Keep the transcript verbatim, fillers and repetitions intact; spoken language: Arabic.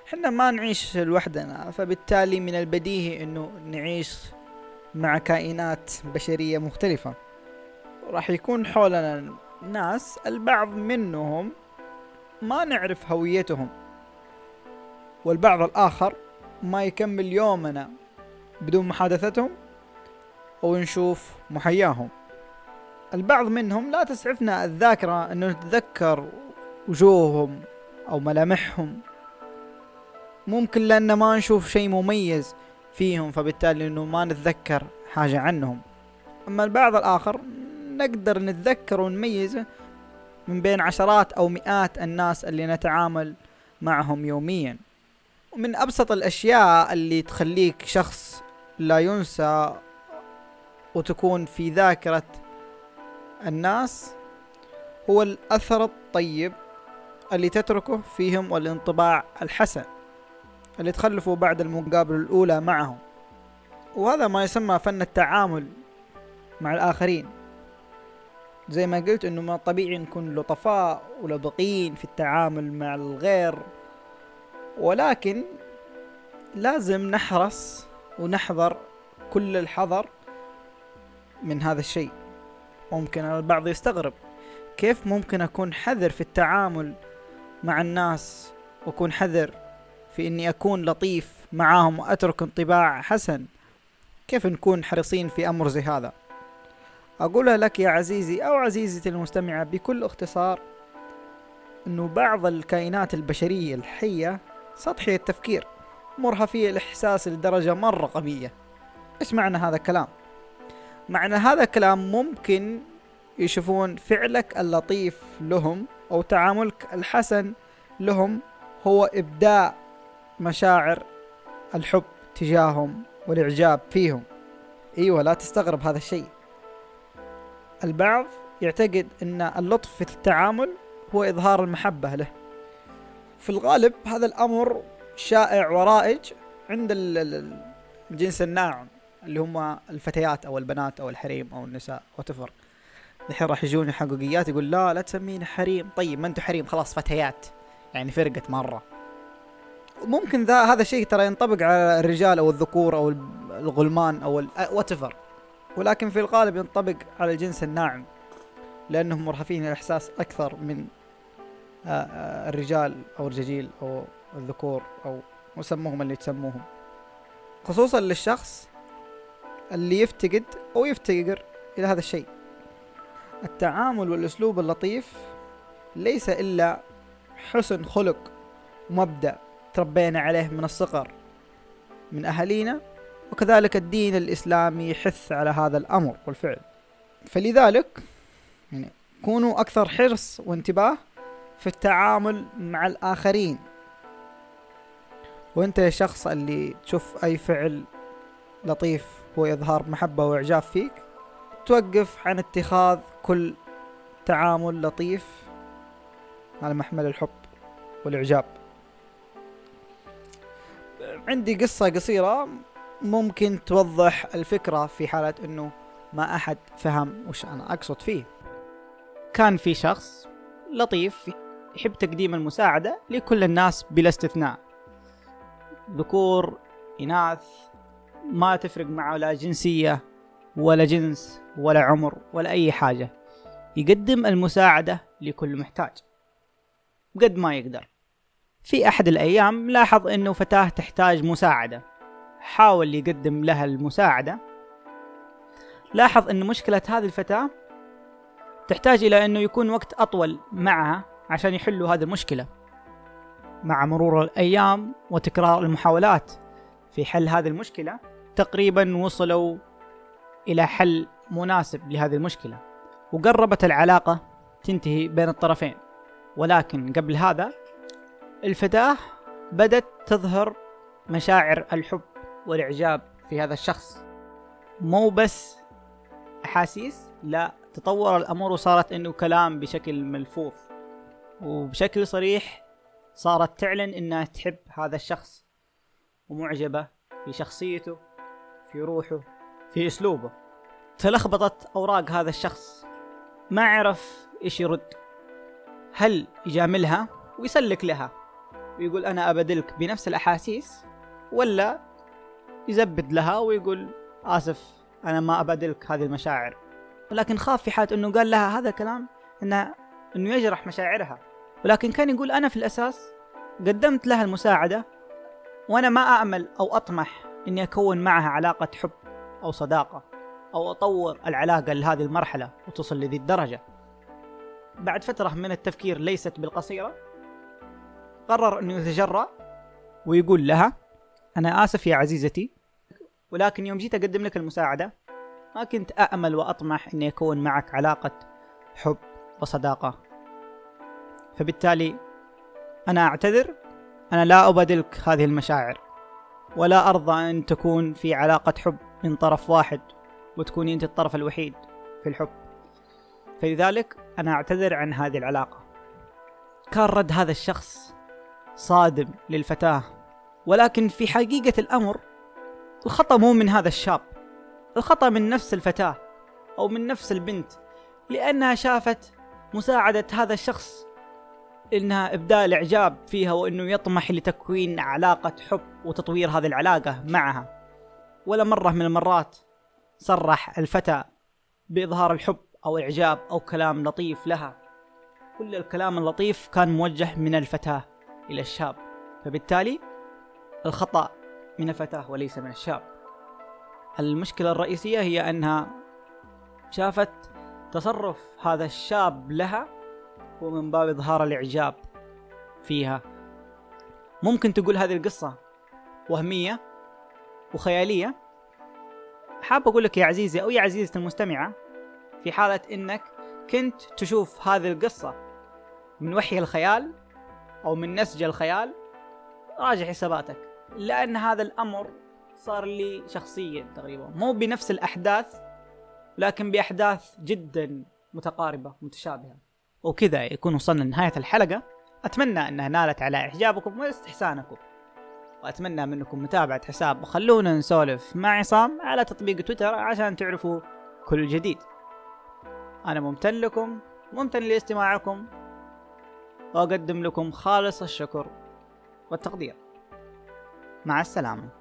حنا ما نعيش لوحدنا، فبالتالي من البديهي انه نعيش مع كائنات بشرية مختلفة، راح يكون حولنا ناس البعض منهم ما نعرف هويتهم، والبعض الآخر ما يكمل يومنا بدون محادثتهم أو نشوف محياهم. البعض منهم لا تسعفنا الذاكرة أنه نتذكر وجوههم أو ملامحهم، ممكن لأن ما نشوف شيء مميز فيهم فبالتالي أنه ما نتذكر حاجة عنهم. أما البعض الآخر نقدر نتذكر ونميزه من بين عشرات أو مئات الناس اللي نتعامل معهم يوميا. ومن أبسط الأشياء اللي تخليك شخص لا ينسى وتكون في ذاكرة الناس هو الأثر الطيب اللي تتركه فيهم والانطباع الحسن اللي تخلفه بعد المقابلة الأولى معهم. وهذا ما يسمى فن التعامل مع الآخرين. زي ما قلت إنه ما طبيعي نكون لطفاء ولبقين في التعامل مع الغير، ولكن لازم نحرص ونحذر كل الحذر من هذا الشيء. ممكن البعض يستغرب كيف ممكن أكون حذر في التعامل مع الناس وأكون حذر في إني أكون لطيف معاهم وأترك انطباع حسن، كيف نكون حريصين في أمر زي هذا؟ أقولها لك يا عزيزي أو عزيزتي المستمعة بكل اختصار، إنه بعض الكائنات البشرية الحية سطحية التفكير، مرهفية الإحساس لدرجة مرة قوية. إيش معنى هذا الكلام؟ معنى هذا الكلام ممكن يشوفون فعلك اللطيف لهم أو تعاملك الحسن لهم هو إبداء مشاعر الحب تجاههم والإعجاب فيهم. أيوة، لا تستغرب هذا الشيء. البعض يعتقد أن اللطف في التعامل هو إظهار المحبة له. في الغالب هذا الأمر شائع ورائج عند الجنس الناعم اللي هم الفتيات أو البنات أو الحريم أو النساء وتفر. الحين راح يجوني حقوقيات يقول لا لا تسميني حريم. طيب ما أنتوا حريم، خلاص فتيات، يعني فرقت مرة. ممكن ذا هذا الشيء ترى ينطبق على الرجال أو الذكور أو الغلمان أو وتفر، ولكن في الغالب ينطبق على الجنس الناعم لأنهم مرهفين الإحساس أكثر من الرجال أو الرجاجيل أو الذكور أو مسموهم اللي تسموهم، خصوصا للشخص اللي يفتقد أو يفتقر إلى هذا الشيء. التعامل والأسلوب اللطيف ليس إلا حسن خلق ومبدأ تربينا عليه من الصغر من أهالينا، وكذلك الدين الإسلامي يحث على هذا الأمر والفعل. فلذلك يعني كونوا أكثر حرص وانتباه في التعامل مع الآخرين. وانت يا شخص اللي تشوف أي فعل لطيف هو إظهار محبة وإعجاب فيك، توقف عن اتخاذ كل تعامل لطيف على محمل الحب والإعجاب. عندي قصة قصيرة ممكن توضح الفكرة في حالة أنه ما أحد فهم وش أنا أقصد فيه. كان في شخص لطيف يحب تقديم المساعدة لكل الناس بلا استثناء، ذكور إناث، ما تفرق معه لا جنسية ولا جنس ولا عمر ولا أي حاجة، يقدم المساعدة لكل محتاج بقد ما يقدر. في أحد الأيام لاحظ أنه فتاة تحتاج مساعدة، حاول يقدم لها المساعدة. لاحظ أن مشكلة هذه الفتاة تحتاج إلى أنه يكون وقت أطول معها عشان يحلوا هذه المشكلة. مع مرور الأيام وتكرار المحاولات في حل هذه المشكلة تقريبا وصلوا إلى حل مناسب لهذه المشكلة، وقربت العلاقة تنتهي بين الطرفين. ولكن قبل هذا الفتاة بدت تظهر مشاعر الحب والإعجاب في هذا الشخص، مو بس أحاسيس، لا، تطور الأمر وصارت إنه كلام بشكل ملفوظ وبشكل صريح. صارت تعلن إنها تحب هذا الشخص ومعجبة في شخصيته، في روحه، في أسلوبه. تلخبطت أوراق هذا الشخص، ما عرف إيش يرد. هل يجاملها ويسلك لها ويقول أنا أبادلك بنفس الأحاسيس، ولا يزبد لها ويقول آسف أنا ما أبادلك هذه المشاعر، ولكن خاف في حالة أنه قال لها هذا الكلام إنه أنه يجرح مشاعرها. ولكن كان يقول أنا في الأساس قدمت لها المساعدة، وأنا ما أأمل أو أطمح إني أكون معها علاقة حب أو صداقة أو أطور العلاقة لهذه المرحلة وتصل لذي الدرجة. بعد فترة من التفكير ليست بالقصيرة قرر أنه يتجرأ ويقول لها أنا آسف يا عزيزتي، ولكن يوم جيت أقدم لك المساعدة ما كنت أأمل وأطمح أني أكون معك علاقة حب وصداقة، فبالتالي أنا أعتذر، أنا لا أبادلك هذه المشاعر، ولا أرضى أن تكون في علاقة حب من طرف واحد وتكوني أنت الطرف الوحيد في الحب، فلذلك أنا أعتذر عن هذه العلاقة. كان رد هذا الشخص صادم للفتاة، ولكن في حقيقة الأمر الخطأ مو من هذا الشاب، الخطأ من نفس الفتاة أو من نفس البنت، لأنها شافت مساعدة هذا الشخص إنها إبداء الإعجاب فيها وإنه يطمح لتكوين علاقة حب وتطوير هذه العلاقة معها. ولا مرة من المرات صرح الفتى بإظهار الحب أو إعجاب أو كلام لطيف لها، كل الكلام اللطيف كان موجه من الفتاة إلى الشاب، فبالتالي الخطأ من الفتاة وليس من الشاب. المشكلة الرئيسية هي أنها شافت تصرف هذا الشاب لها ومن باب إظهار الإعجاب فيها. ممكن تقول هذه القصة وهمية وخيالية. حاب أقول لك يا عزيزي أو يا عزيزتي المستمعة، في حالة إنك كنت تشوف هذه القصة من وحي الخيال أو من نسج الخيال، راجع حساباتك، لأن هذا الأمر صار لي شخصيا تقريبا، مو بنفس الأحداث لكن بأحداث جدا متقاربة متشابهة. وكذا يكون وصلنا لنهاية الحلقة. أتمنى أنها نالت على إعجابكم واستحسانكم، وأتمنى منكم متابعة حساب وخلونا نسولف مع عصام على تطبيق تويتر عشان تعرفوا كل جديد. أنا ممتن لكم، ممتن لاستماعكم، وأقدم لكم خالص الشكر والتقدير. مع السلامة.